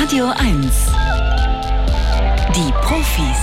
Radio 1. Die Profis.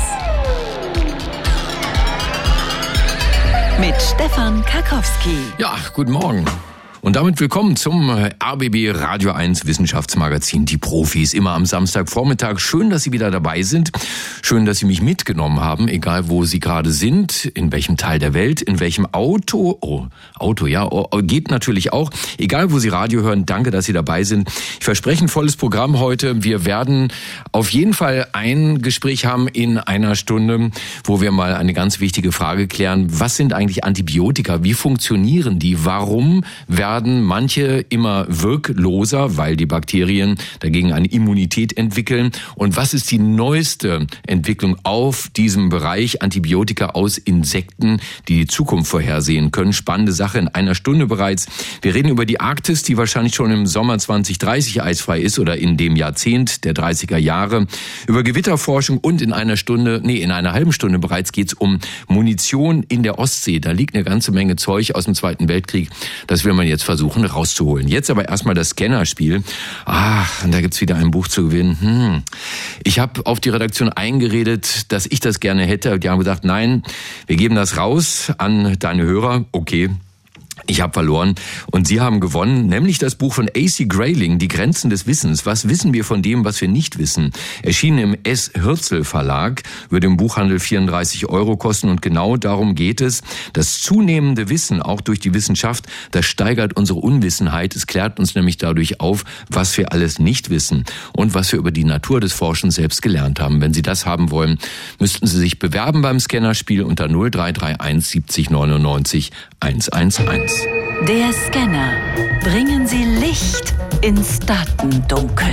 Mit Stefan Karkowski. Ja, guten Morgen. Und damit willkommen zum RBB Radio 1 Wissenschaftsmagazin Die Profis. Immer am Samstagvormittag. Schön, dass Sie wieder dabei sind. Schön, dass Sie mich mitgenommen haben, egal wo Sie gerade sind, in welchem Teil der Welt, in welchem Auto. Auto, ja, geht natürlich auch. Egal, wo Sie Radio hören, danke, dass Sie dabei sind. Ich verspreche ein volles Programm heute. Wir werden auf jeden Fall ein Gespräch haben in einer Stunde, wo wir mal eine ganz wichtige Frage klären. Was sind eigentlich Antibiotika? Wie funktionieren die? Warum werden manche immer wirkloser, weil die Bakterien dagegen eine Immunität entwickeln? Und was ist die neueste Entwicklung auf diesem Bereich Antibiotika aus Insekten, die die Zukunft vorhersehen können? Spannende Sache in einer Stunde bereits. Wir reden über die Arktis, die wahrscheinlich schon im Sommer 2030 eisfrei ist oder in dem Jahrzehnt der 30er Jahre. Über Gewitterforschung und in einer halben Stunde bereits geht es um Munition in der Ostsee. Da liegt eine ganze Menge Zeug aus dem Zweiten Weltkrieg. Das will man jetzt versuchen rauszuholen. Jetzt aber erstmal das Scannerspiel. Und da gibt's wieder ein Buch zu gewinnen. Ich habe auf die Redaktion eingeredet, dass ich das gerne hätte. Die haben gesagt, nein, wir geben das raus an deine Hörer. Okay. Ich habe verloren und Sie haben gewonnen, nämlich das Buch von A.C. Grayling, Die Grenzen des Wissens. Was wissen wir von dem, was wir nicht wissen? Erschienen im S. Hürzel Verlag, würde im Buchhandel 34 € kosten und genau darum geht es. Das zunehmende Wissen, auch durch die Wissenschaft, das steigert unsere Unwissenheit. Es klärt uns nämlich dadurch auf, was wir alles nicht wissen und was wir über die Natur des Forschens selbst gelernt haben. Wenn Sie das haben wollen, müssten Sie sich bewerben beim Scannerspiel unter 0331 70 99 111. Der Scanner. Bringen Sie Licht ins Datendunkel.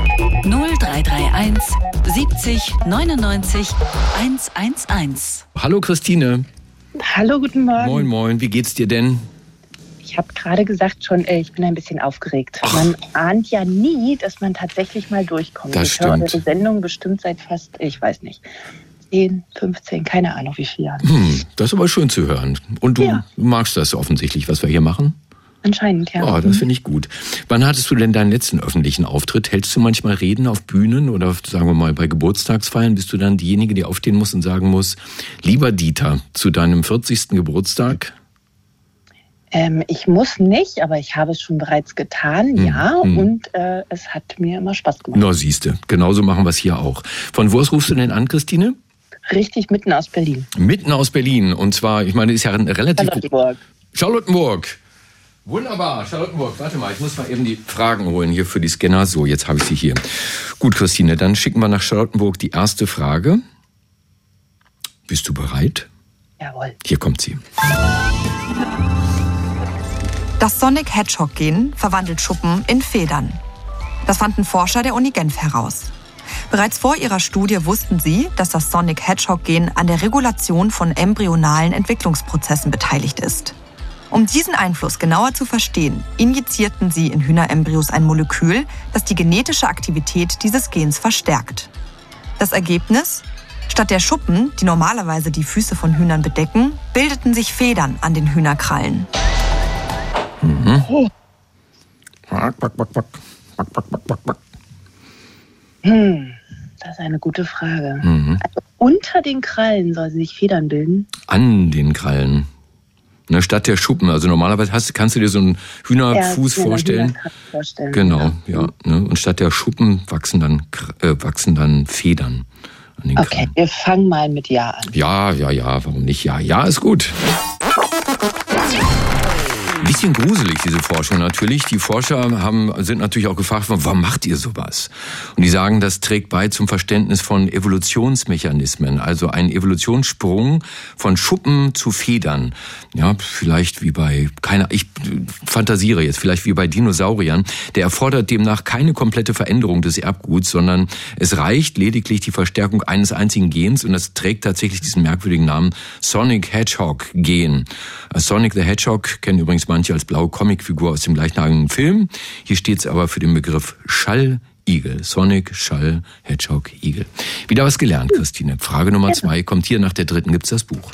0331 70 99 111. Hallo Christine. Hallo, guten Morgen. Moin, moin. Wie geht's dir denn? Ich habe gerade gesagt schon, ich bin ein bisschen aufgeregt. Man ahnt ja nie, dass man tatsächlich mal durchkommt. Das ich höre stimmt. eure Sendung bestimmt seit fast, ich weiß nicht, 10, 15, keine Ahnung wie viel Jahren. Das ist aber schön zu hören. Und du magst das offensichtlich, was wir hier machen? Anscheinend, ja. Oh, das finde ich gut. Wann hattest du denn deinen letzten öffentlichen Auftritt? Hältst du manchmal Reden auf Bühnen oder sagen wir mal bei Geburtstagsfeiern? Bist du dann diejenige, die aufstehen muss und sagen muss, lieber Dieter, zu deinem 40. Geburtstag? Ich muss nicht, aber ich habe es schon bereits getan, und es hat mir immer Spaß gemacht. Na, siehste, genauso machen wir es hier auch. Von wo aus rufst du denn an, Christine? Richtig, mitten aus Berlin. Mitten aus Berlin. Und zwar, ich meine, ist ja relativ... Charlottenburg. Wunderbar, Charlottenburg. Warte mal, ich muss mal eben die Fragen holen hier für die Scanner. So, jetzt habe ich sie hier. Gut, Christine, dann schicken wir nach Charlottenburg die erste Frage. Bist du bereit? Jawohl. Hier kommt sie. Das Sonic Hedgehog-Gen verwandelt Schuppen in Federn. Das fanden Forscher der Uni Genf heraus. Bereits vor ihrer Studie wussten sie, dass das Sonic Hedgehog-Gen an der Regulation von embryonalen Entwicklungsprozessen beteiligt ist. Um diesen Einfluss genauer zu verstehen, injizierten sie in Hühnerembryos ein Molekül, das die genetische Aktivität dieses Gens verstärkt. Das Ergebnis? Statt der Schuppen, die normalerweise die Füße von Hühnern bedecken, bildeten sich Federn an den Hühnerkrallen. Das ist eine gute Frage. Also unter den Krallen soll sich Federn bilden? An den Krallen. Ne, statt der Schuppen. Also normalerweise kannst du dir so einen Hühnerfuß vorstellen. Genau, ja. Ne? Und statt der Schuppen wachsen dann Federn an den Krallen. Okay, wir fangen mal mit Ja an. Ja, warum nicht? Ja ist gut. Ein bisschen gruselig, diese Forschung natürlich. Die Forscher sind natürlich auch gefragt worden, warum macht ihr sowas? Und die sagen, das trägt bei zum Verständnis von Evolutionsmechanismen. Also ein Evolutionssprung von Schuppen zu Federn. Ja, vielleicht wie ich fantasiere jetzt, vielleicht wie bei Dinosauriern. Der erfordert demnach keine komplette Veränderung des Erbguts, sondern es reicht lediglich die Verstärkung eines einzigen Gens und das trägt tatsächlich diesen merkwürdigen Namen Sonic Hedgehog Gen. Sonic the Hedgehog kennen übrigens manche als blaue Comicfigur aus dem gleichnamigen Film. Hier steht es aber für den Begriff Schall-Igel. Sonic, Schall, Hedgehog, Igel. Wieder was gelernt, Christine. Frage Nummer 2 kommt hier, nach der dritten gibt's das Buch.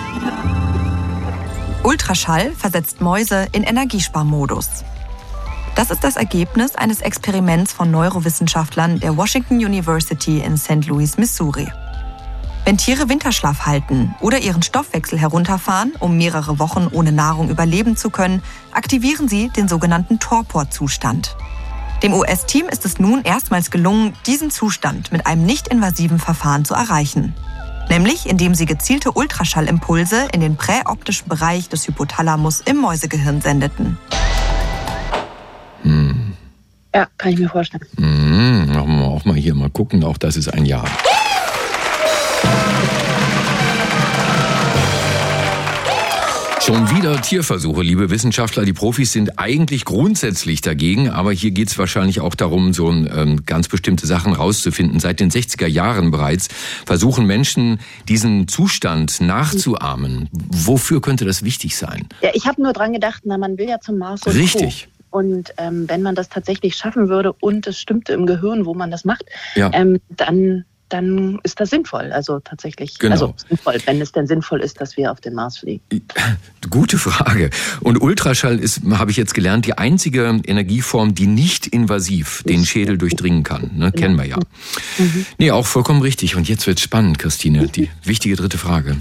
Ultraschall versetzt Mäuse in Energiesparmodus. Das ist das Ergebnis eines Experiments von Neurowissenschaftlern der Washington University in St. Louis, Missouri. Wenn Tiere Winterschlaf halten oder ihren Stoffwechsel herunterfahren, um mehrere Wochen ohne Nahrung überleben zu können, aktivieren sie den sogenannten Torpor-Zustand. Dem US-Team ist es nun erstmals gelungen, diesen Zustand mit einem nicht-invasiven Verfahren zu erreichen. Nämlich indem sie gezielte Ultraschallimpulse in den präoptischen Bereich des Hypothalamus im Mäusegehirn sendeten. Ja, kann ich mir vorstellen. Machen wir auch mal hier mal gucken, auch das ist ein Ja. Schon wieder Tierversuche, liebe Wissenschaftler. Die Profis sind eigentlich grundsätzlich dagegen, aber hier geht es wahrscheinlich auch darum, so ganz bestimmte Sachen rauszufinden. Seit den 60er Jahren bereits versuchen Menschen, diesen Zustand nachzuahmen. Wofür könnte das wichtig sein? Ja, ich habe nur dran gedacht, man will ja zum Mars und Richtig. Co. Und wenn man das tatsächlich schaffen würde und es stimmte im Gehirn, wo man das macht, ja. Dann ist das sinnvoll. Also tatsächlich, genau. Also sinnvoll, wenn es denn sinnvoll ist, dass wir auf den Mars fliegen. Gute Frage. Und Ultraschall ist, habe ich jetzt gelernt, die einzige Energieform, die nicht invasiv den Schädel durchdringen kann. Ne? Kennen wir ja. Nee, auch vollkommen richtig. Und jetzt wird's spannend, Christine. Die wichtige dritte Frage.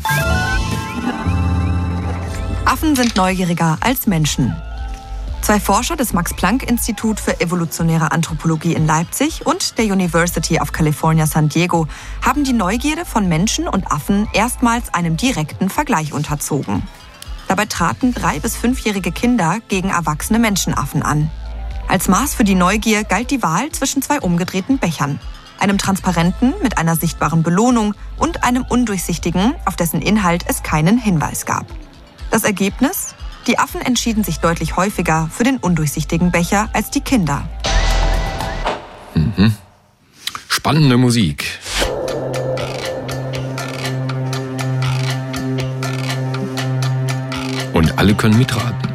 Affen sind neugieriger als Menschen. 2 Forscher des Max-Planck-Institut für evolutionäre Anthropologie in Leipzig und der University of California San Diego haben die Neugierde von Menschen und Affen erstmals einem direkten Vergleich unterzogen. Dabei traten 3- bis 5-jährige Kinder gegen erwachsene Menschenaffen an. Als Maß für die Neugier galt die Wahl zwischen 2 umgedrehten Bechern. Einem transparenten mit einer sichtbaren Belohnung und einem undurchsichtigen, auf dessen Inhalt es keinen Hinweis gab. Das Ergebnis? Die Affen entschieden sich deutlich häufiger für den undurchsichtigen Becher als die Kinder. Spannende Musik. Und alle können mitraten.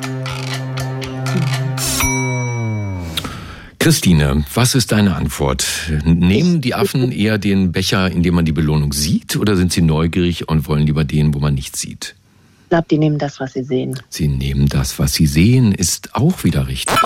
Christine, was ist deine Antwort? Nehmen die Affen eher den Becher, in dem man die Belohnung sieht, oder sind sie neugierig und wollen lieber den, wo man nichts sieht? Ich glaube, die nehmen das, was sie sehen. Sie nehmen das, was sie sehen, ist auch wieder richtig.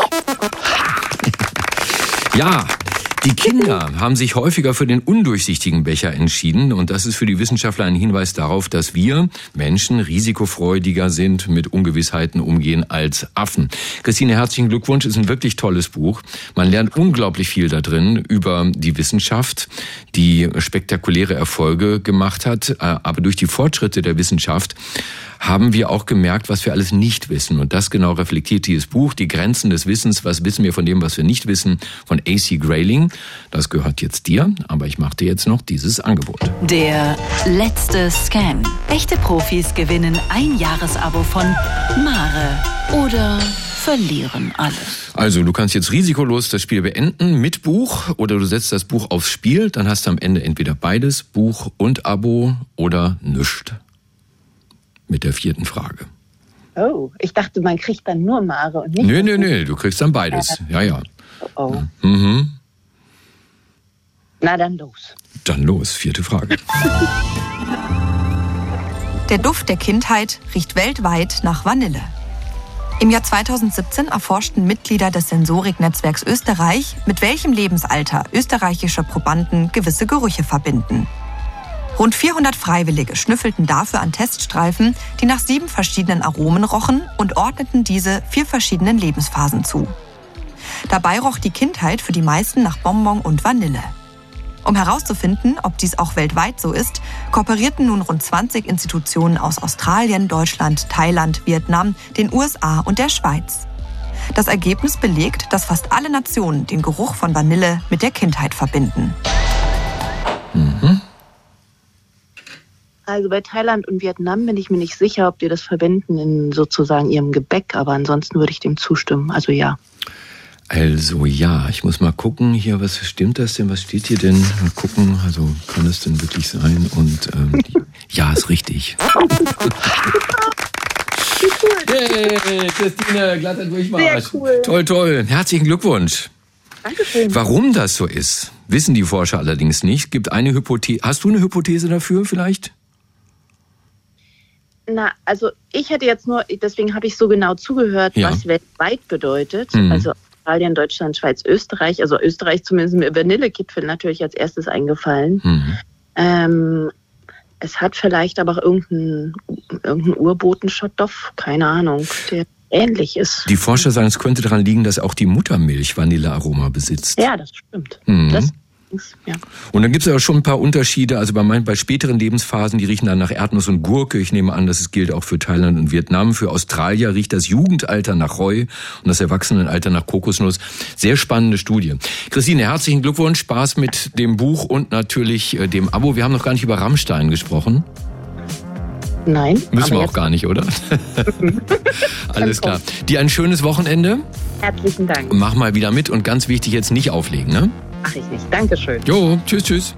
Ja, die Kinder haben sich häufiger für den undurchsichtigen Becher entschieden und das ist für die Wissenschaftler ein Hinweis darauf, dass wir Menschen risikofreudiger sind, mit Ungewissheiten umgehen als Affen. Christine, herzlichen Glückwunsch, ist ein wirklich tolles Buch. Man lernt unglaublich viel da drin über die Wissenschaft, die spektakuläre Erfolge gemacht hat, aber durch die Fortschritte der Wissenschaft haben wir auch gemerkt, was wir alles nicht wissen. Und das genau reflektiert dieses Buch, die Grenzen des Wissens. Was wissen wir von dem, was wir nicht wissen, von A.C. Grayling. Das gehört jetzt dir, aber ich mache dir jetzt noch dieses Angebot. Der letzte Scan. Echte Profis gewinnen ein Jahresabo von Mare oder verlieren alles. Also du kannst jetzt risikolos das Spiel beenden mit Buch oder du setzt das Buch aufs Spiel. Dann hast du am Ende entweder beides, Buch und Abo oder nischt. Mit der 4. Frage. Oh, ich dachte, man kriegt dann nur Mare und nicht... Nee, du kriegst dann beides. Ja. Oh. Mhm. Na, dann los. Dann los, 4. Frage. Der Duft der Kindheit riecht weltweit nach Vanille. Im Jahr 2017 erforschten Mitglieder des Sensorik-Netzwerks Österreich, mit welchem Lebensalter österreichische Probanden gewisse Gerüche verbinden. Rund 400 Freiwillige schnüffelten dafür an Teststreifen, die nach 7 verschiedenen Aromen rochen und ordneten diese 4 verschiedenen Lebensphasen zu. Dabei roch die Kindheit für die meisten nach Bonbon und Vanille. Um herauszufinden, ob dies auch weltweit so ist, kooperierten nun rund 20 Institutionen aus Australien, Deutschland, Thailand, Vietnam, den USA und der Schweiz. Das Ergebnis belegt, dass fast alle Nationen den Geruch von Vanille mit der Kindheit verbinden. Also bei Thailand und Vietnam bin ich mir nicht sicher, ob die das verwenden in sozusagen ihrem Gebäck, aber ansonsten würde ich dem zustimmen. Also ja. Also ja, ich muss mal gucken hier, was stimmt das denn, was steht hier denn? Mal gucken, also kann es denn wirklich sein? Und ja, ist richtig. Hey, Christine, glatter Durchmarsch. Sehr cool. Toll. Herzlichen Glückwunsch. Dankeschön. Warum das so ist, wissen die Forscher allerdings nicht. Gibt eine Hypothese. Hast du eine Hypothese dafür vielleicht? Na, also ich hätte jetzt nur, deswegen habe ich so genau zugehört, Ja. was weltweit bedeutet. Mhm. Also Australien, Deutschland, Schweiz, Österreich. Also Österreich zumindest mit Vanillekipferl natürlich als erstes eingefallen. Es hat vielleicht aber irgendein Urbotenschottoff, keine Ahnung, der ähnlich ist. Die Forscher sagen, es könnte daran liegen, dass auch die Muttermilch Vanillearoma besitzt. Ja, das stimmt. Ja. Und dann gibt es aber schon ein paar Unterschiede. Also bei späteren Lebensphasen, die riechen dann nach Erdnuss und Gurke. Ich nehme an, das gilt auch für Thailand und Vietnam. Für Australier riecht das Jugendalter nach Heu und das Erwachsenenalter nach Kokosnuss. Sehr spannende Studie. Christine, herzlichen Glückwunsch. Spaß mit dem Buch und natürlich dem Abo. Wir haben noch gar nicht über Rammstein gesprochen. Nein. Müssen wir auch gar nicht, oder? Alles klar. Dir ein schönes Wochenende. Herzlichen Dank. Mach mal wieder mit und ganz wichtig, jetzt nicht auflegen, ne? Mach ich nicht. Dankeschön. Jo, tschüss.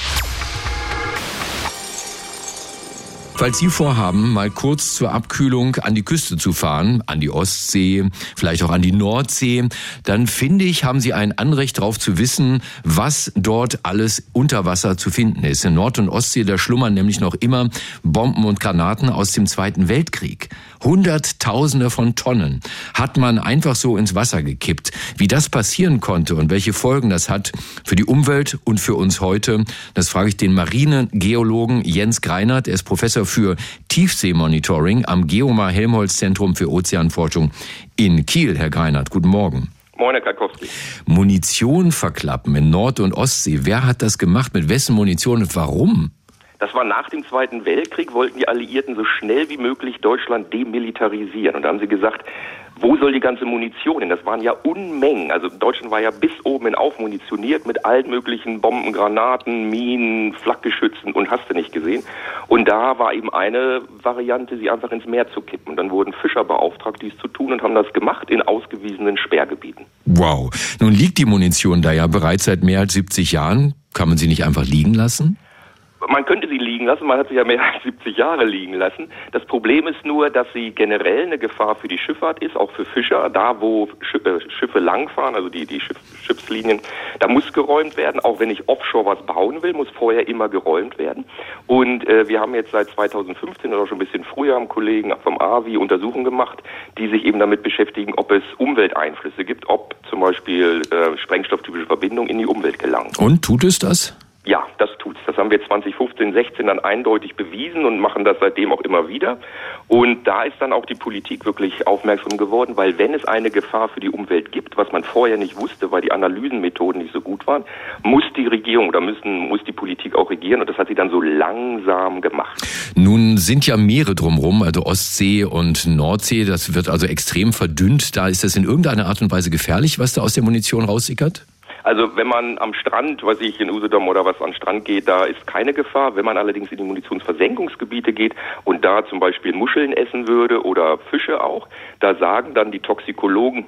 Falls Sie vorhaben, mal kurz zur Abkühlung an die Küste zu fahren, an die Ostsee, vielleicht auch an die Nordsee, dann finde ich, haben Sie ein Anrecht darauf zu wissen, was dort alles unter Wasser zu finden ist. In Nord- und Ostsee, da schlummern nämlich noch immer Bomben und Granaten aus dem Zweiten Weltkrieg. Hunderttausende von Tonnen hat man einfach so ins Wasser gekippt. Wie das passieren konnte und welche Folgen das hat für die Umwelt und für uns heute, das frage ich den Marinegeologen Jens Greinert. Er ist Professor für Tiefseemonitoring am Geomar-Helmholtz-Zentrum für Ozeanforschung in Kiel. Herr Greinert, guten Morgen. Moin, Herr Kalkowski. Munition verklappen in Nord- und Ostsee. Wer hat das gemacht? Mit wessen Munition und warum? Das war nach dem Zweiten Weltkrieg, wollten die Alliierten so schnell wie möglich Deutschland demilitarisieren. Und da haben sie gesagt, wo soll die ganze Munition hin? Das waren ja Unmengen. Also Deutschland war ja bis oben hin aufmunitioniert mit allen möglichen Bomben, Granaten, Minen, Flakgeschützen und hast du nicht gesehen. Und da war eben eine Variante, sie einfach ins Meer zu kippen. Und dann wurden Fischer beauftragt, dies zu tun und haben das gemacht in ausgewiesenen Sperrgebieten. Wow. Nun liegt die Munition da ja bereits seit mehr als 70 Jahren. Kann man sie nicht einfach liegen lassen? Man könnte sie liegen lassen, man hat sie ja mehr als 70 Jahre liegen lassen. Das Problem ist nur, dass sie generell eine Gefahr für die Schifffahrt ist, auch für Fischer. Da, wo Schiffe langfahren, also die Schiffslinien, da muss geräumt werden. Auch wenn ich offshore was bauen will, muss vorher immer geräumt werden. Und wir haben jetzt seit 2015 oder schon ein bisschen früher am Kollegen vom AWI Untersuchungen gemacht, die sich eben damit beschäftigen, ob es Umwelteinflüsse gibt, ob zum Beispiel sprengstofftypische Verbindungen in die Umwelt gelangen. Und tut es das? Ja, das tut's. Das haben wir 2015, 16 dann eindeutig bewiesen und machen das seitdem auch immer wieder. Und da ist dann auch die Politik wirklich aufmerksam geworden, weil wenn es eine Gefahr für die Umwelt gibt, was man vorher nicht wusste, weil die Analysenmethoden nicht so gut waren, muss die Regierung oder muss die Politik auch regieren und das hat sie dann so langsam gemacht. Nun sind ja Meere drumherum, also Ostsee und Nordsee, das wird also extrem verdünnt. Da ist das in irgendeiner Art und Weise gefährlich, was da aus der Munition raussickert? Also wenn man am Strand, weiß ich, in Usedom oder was an den Strand geht, da ist keine Gefahr. Wenn man allerdings in die Munitionsversenkungsgebiete geht und da zum Beispiel Muscheln essen würde oder Fische auch, da sagen dann die Toxikologen,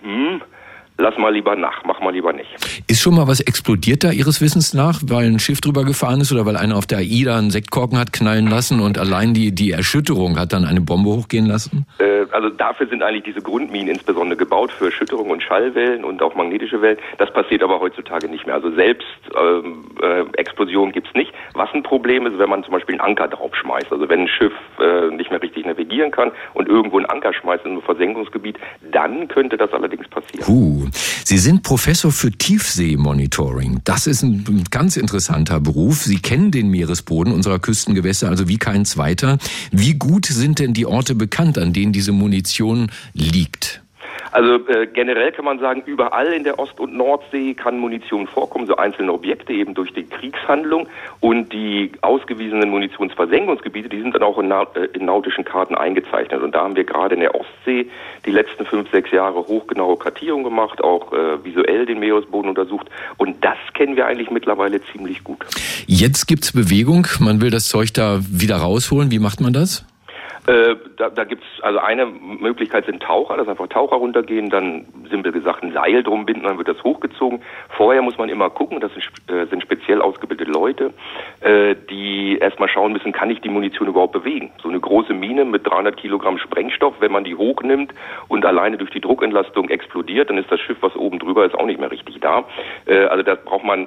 lass mal lieber nach, mach mal lieber nicht. Ist schon mal was explodiert da Ihres Wissens nach, weil ein Schiff drüber gefahren ist oder weil einer auf der AIDA einen Sektkorken hat knallen lassen und allein die Erschütterung hat dann eine Bombe hochgehen lassen? Also dafür sind eigentlich diese Grundminen insbesondere gebaut, für Erschütterung und Schallwellen und auch magnetische Wellen. Das passiert aber heutzutage nicht mehr. Also selbst Explosionen gibt's nicht. Was ein Problem ist, wenn man zum Beispiel einen Anker draufschmeißt. Also wenn ein Schiff nicht mehr richtig navigieren kann und irgendwo einen Anker schmeißt in einem Versenkungsgebiet, dann könnte das allerdings passieren. Sie sind Professor für Tiefseemonitoring. Das ist ein ganz interessanter Beruf. Sie kennen den Meeresboden unserer Küstengewässer also wie kein zweiter. Wie gut sind denn die Orte bekannt, an denen diese Munition liegt? Also generell kann man sagen, überall in der Ost- und Nordsee kann Munition vorkommen, so einzelne Objekte eben durch die Kriegshandlung und die ausgewiesenen Munitionsversenkungsgebiete, die sind dann auch in nautischen Karten eingezeichnet und da haben wir gerade in der Ostsee die letzten 5-6 Jahre hochgenaue Kartierung gemacht, auch visuell den Meeresboden untersucht und das kennen wir eigentlich mittlerweile ziemlich gut. Jetzt gibt's Bewegung, man will das Zeug da wieder rausholen, wie macht man das? Da gibt's also eine Möglichkeit sind Taucher, dass einfach Taucher runtergehen, dann simpel gesagt ein Seil drum binden, dann wird das hochgezogen. Vorher muss man immer gucken, das sind speziell ausgebildete Leute, die erstmal schauen müssen, kann ich die Munition überhaupt bewegen? So eine große Mine mit 300 Kilogramm Sprengstoff, wenn man die hochnimmt und alleine durch die Druckentlastung explodiert, dann ist das Schiff, was oben drüber ist, auch nicht mehr richtig da. Also da braucht man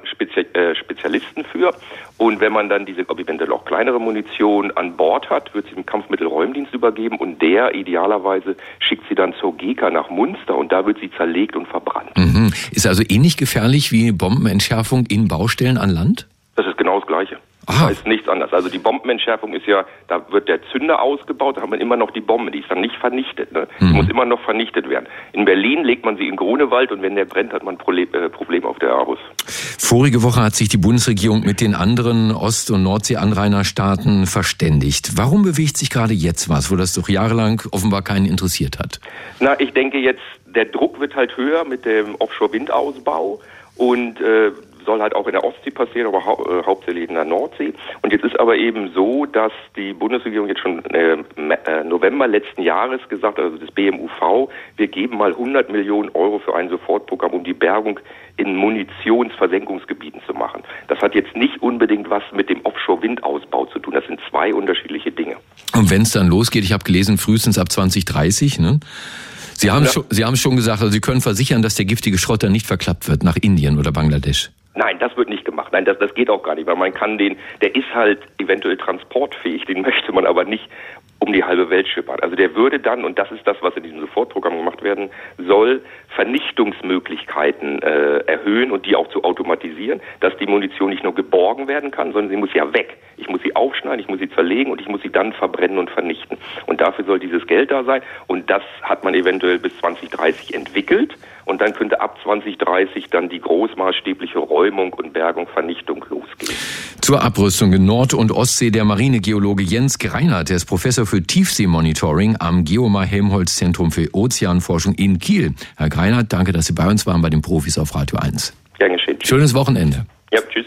Spezialisten für. Und wenn man dann diese eventuell auch kleinere Munition an Bord hat, wird sie im Kampfmittel Räumdienst übergeben und der idealerweise schickt sie dann zur GEKA nach Munster und da wird sie zerlegt und verbrannt. Mhm. Ist also ähnlich gefährlich wie Bombenentschärfung in Baustellen an Land? Das ist genau das Gleiche. Da ist nichts anderes. Also die Bombenentschärfung ist ja, da wird der Zünder ausgebaut, da hat man immer noch die Bombe, die ist dann nicht vernichtet. Ne? Die muss immer noch vernichtet werden. In Berlin legt man sie in Grunewald und wenn der brennt, hat man ein Problem auf der Arus. Vorige Woche hat sich die Bundesregierung mit den anderen Ost- und Nordsee-Anrainerstaaten verständigt. Warum bewegt sich gerade jetzt was, wo das doch jahrelang offenbar keinen interessiert hat? Na, ich denke jetzt, der Druck wird halt höher mit dem Offshore-Windausbau und soll halt auch in der Ostsee passieren, aber hauptsächlich in der Nordsee. Und jetzt ist aber eben so, dass die Bundesregierung jetzt schon November letzten Jahres gesagt hat, also das BMUV, wir geben mal 100 Millionen Euro für ein Sofortprogramm, um die Bergung in Munitionsversenkungsgebieten zu machen. Das hat jetzt nicht unbedingt was mit dem Offshore-Windausbau zu tun. Das sind zwei unterschiedliche Dinge. Und wenn es dann losgeht, ich habe gelesen, frühestens ab 2030, ne? Sie haben schon gesagt, also Sie können versichern, dass der giftige Schrott dann nicht verklappt wird nach Indien oder Bangladesch. Nein, das wird nicht gemacht. Nein, das geht auch gar nicht, weil man kann der ist halt eventuell transportfähig, den möchte man aber nicht um die halbe Welt schippern. Also der würde dann, und das ist das, was in diesem Sofortprogramm gemacht werden soll, Vernichtungsmöglichkeiten erhöhen und die auch zu automatisieren, dass die Munition nicht nur geborgen werden kann, sondern sie muss ja weg. Ich muss sie aufschneiden, ich muss sie zerlegen und ich muss sie dann verbrennen und vernichten. Und dafür soll dieses Geld da sein und das hat man eventuell bis 2030 entwickelt und dann könnte ab 2030 dann die großmaßstäbliche Räumung und Bergung, Vernichtung losgehen. Zur Abrüstung in Nord- und Ostsee der Marinegeologe Jens Greinert, der ist Professor für Tiefseemonitoring am Geomar-Helmholtz-Zentrum für Ozeanforschung in Kiel. Herr Greinert, danke, dass Sie bei uns waren bei den Profis auf Radio 1. Gern geschehen. Schönes Wochenende. Ja, tschüss.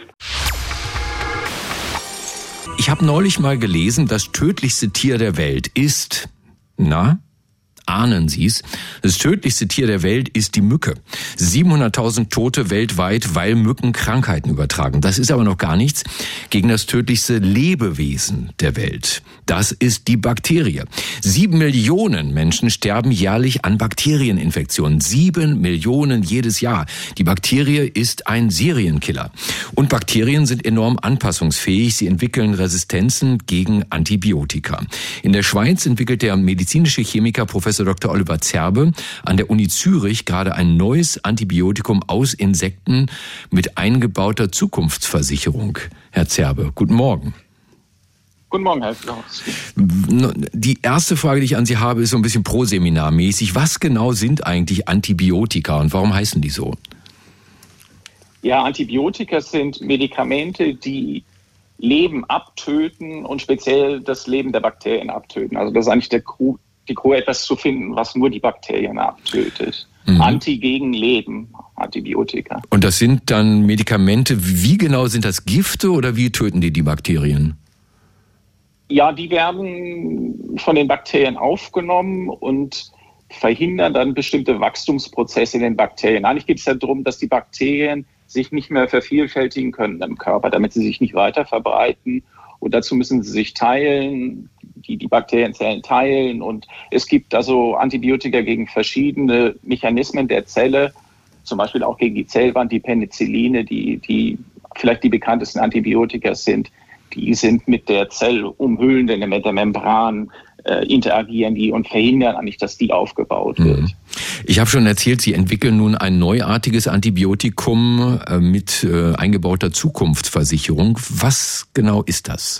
Ich habe neulich mal gelesen, das tödlichste Tier der Welt ist, ahnen Sie es? Das tödlichste Tier der Welt ist die Mücke. 700.000 Tote weltweit, weil Mücken Krankheiten übertragen. Das ist aber noch gar nichts gegen das tödlichste Lebewesen der Welt. Das ist die Bakterie. 7 Millionen Menschen sterben jährlich an Bakterieninfektionen. 7 Millionen jedes Jahr. Die Bakterie ist ein Serienkiller. Und Bakterien sind enorm anpassungsfähig. Sie entwickeln Resistenzen gegen Antibiotika. In der Schweiz entwickelt der medizinische Chemiker Professor Dr. Oliver Zerbe an der Uni Zürich gerade ein neues Antibiotikum aus Insekten mit eingebauter Zukunftsversicherung. Herr Zerbe, guten Morgen. Guten Morgen, Herr Klaus. Die erste Frage, die ich an Sie habe, ist so ein bisschen proseminarmäßig. Was genau sind eigentlich Antibiotika und warum heißen die so? Ja, Antibiotika sind Medikamente, die Leben abtöten und speziell das Leben der Bakterien abtöten. Also das ist eigentlich die Krux, etwas zu finden, was nur die Bakterien abtötet. Anti gegen Leben, Antibiotika. Und das sind dann Medikamente, wie genau sind das Gifte oder wie töten die Bakterien? Ja, die werden von den Bakterien aufgenommen und verhindern dann bestimmte Wachstumsprozesse in den Bakterien. Eigentlich geht es ja darum, dass die Bakterien sich nicht mehr vervielfältigen können im Körper, damit sie sich nicht weiter verbreiten. Und dazu müssen sie sich teilen, die Bakterienzellen teilen. Und es gibt also Antibiotika gegen verschiedene Mechanismen der Zelle, zum Beispiel auch gegen die Zellwand, die Penicilline, die vielleicht die bekanntesten Antibiotika sind. Die sind mit der zellumhüllenden, mit der Membran interagieren die und verhindern eigentlich, dass die aufgebaut wird. Ich habe schon erzählt, Sie entwickeln nun ein neuartiges Antibiotikum mit eingebauter Zukunftsversicherung. Was genau ist das?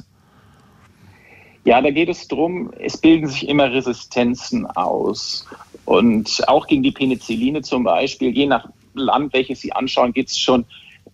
Ja, da geht es darum, es bilden sich immer Resistenzen aus. Und auch gegen die Penicilline zum Beispiel, je nach Land, welches Sie anschauen, geht es schon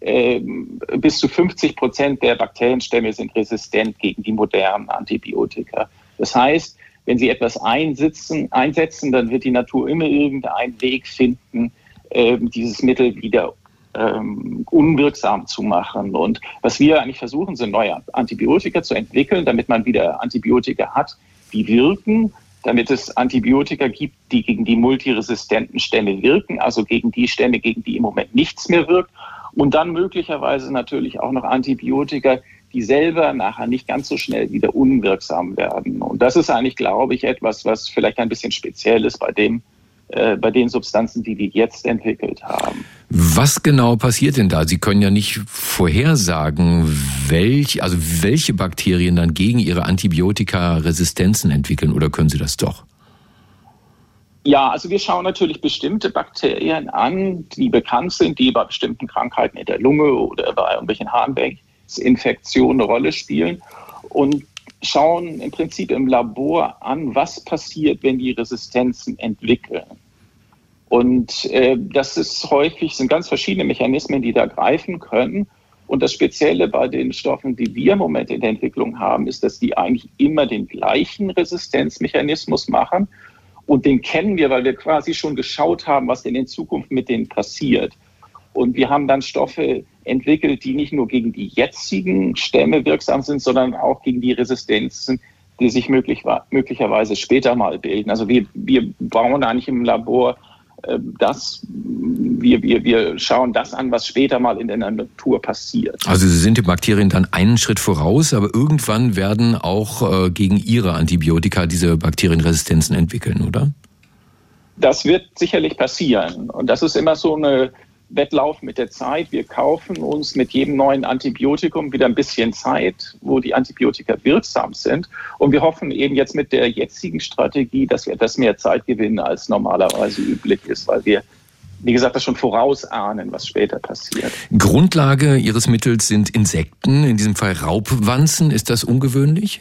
bis zu 50% der Bakterienstämme sind resistent gegen die modernen Antibiotika. Das heißt, wenn Sie etwas einsetzen, dann wird die Natur immer irgendeinen Weg finden, dieses Mittel wieder unwirksam zu machen. Und was wir eigentlich versuchen, sind neue Antibiotika zu entwickeln, damit man wieder Antibiotika hat, die wirken, damit es Antibiotika gibt, die gegen die multiresistenten Stämme wirken, also gegen die Stämme, gegen die im Moment nichts mehr wirkt. Und dann möglicherweise natürlich auch noch Antibiotika, die selber nachher nicht ganz so schnell wieder unwirksam werden. Und das ist eigentlich, glaube ich, etwas, was vielleicht ein bisschen speziell ist bei dem bei den Substanzen, die wir jetzt entwickelt haben. Was genau passiert denn da? Sie können ja nicht vorhersagen, welche Bakterien dann gegen ihre Antibiotika Resistenzen entwickeln, oder können Sie das doch? Ja, also wir schauen natürlich bestimmte Bakterien an, die bekannt sind, die bei bestimmten Krankheiten in der Lunge oder bei irgendwelchen Harnwegsinfektionen eine Rolle spielen und schauen im Prinzip im Labor an, was passiert, wenn die Resistenzen entwickeln. Und das sind ganz verschiedene Mechanismen, die da greifen können. Und das Spezielle bei den Stoffen, die wir im Moment in der Entwicklung haben, ist, dass die eigentlich immer den gleichen Resistenzmechanismus machen. Und den kennen wir, weil wir quasi schon geschaut haben, was denn in Zukunft mit denen passiert. Und wir haben dann Stoffe entwickelt, die nicht nur gegen die jetzigen Stämme wirksam sind, sondern auch gegen die Resistenzen, die sich möglicherweise später mal bilden. Also wir bauen eigentlich im Labor wir schauen das an, was später mal in der Natur passiert. Also Sie sind den Bakterien dann einen Schritt voraus, aber irgendwann werden auch gegen ihre Antibiotika diese Bakterienresistenzen entwickeln, oder? Das wird sicherlich passieren. Und das ist immer so eine Wettlauf mit der Zeit. Wir kaufen uns mit jedem neuen Antibiotikum wieder ein bisschen Zeit, wo die Antibiotika wirksam sind. Und wir hoffen eben jetzt mit der jetzigen Strategie, dass wir das mehr Zeit gewinnen, als normalerweise üblich ist, weil wir, wie gesagt, das schon vorausahnen, was später passiert. Grundlage Ihres Mittels sind Insekten, in diesem Fall Raubwanzen. Ist das ungewöhnlich?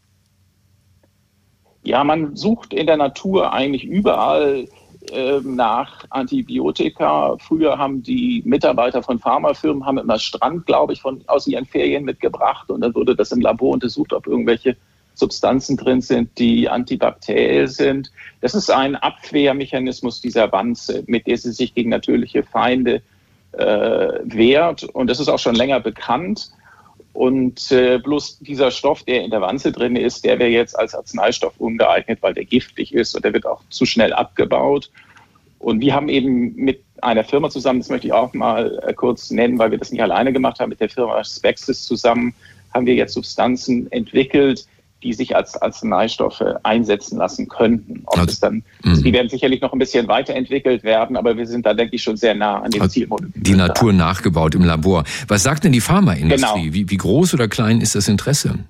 Ja, man sucht in der Natur eigentlich überall nach Antibiotika. Früher haben die Mitarbeiter von Pharmafirmen immer Strand, glaube ich, aus ihren Ferien mitgebracht und dann wurde das im Labor untersucht, ob irgendwelche Substanzen drin sind, die antibakteriell sind. Das ist ein Abwehrmechanismus dieser Wanze, mit der sie sich gegen natürliche Feinde wehrt, und das ist auch schon länger bekannt. Und bloß dieser Stoff, der in der Wanze drin ist, der wäre jetzt als Arzneistoff ungeeignet, weil der giftig ist und der wird auch zu schnell abgebaut. Und wir haben eben mit einer Firma zusammen, das möchte ich auch mal kurz nennen, weil wir das nicht alleine gemacht haben, mit der Firma Spexis zusammen haben wir jetzt Substanzen entwickelt, die sich als Arzneistoffe einsetzen lassen könnten. Die werden sicherlich noch ein bisschen weiterentwickelt werden, aber wir sind da, denke ich, schon sehr nah an dem Ziel. Die Natur nachgebaut im Labor. Was sagt denn die Pharmaindustrie? Genau. Wie groß oder klein ist das Interesse?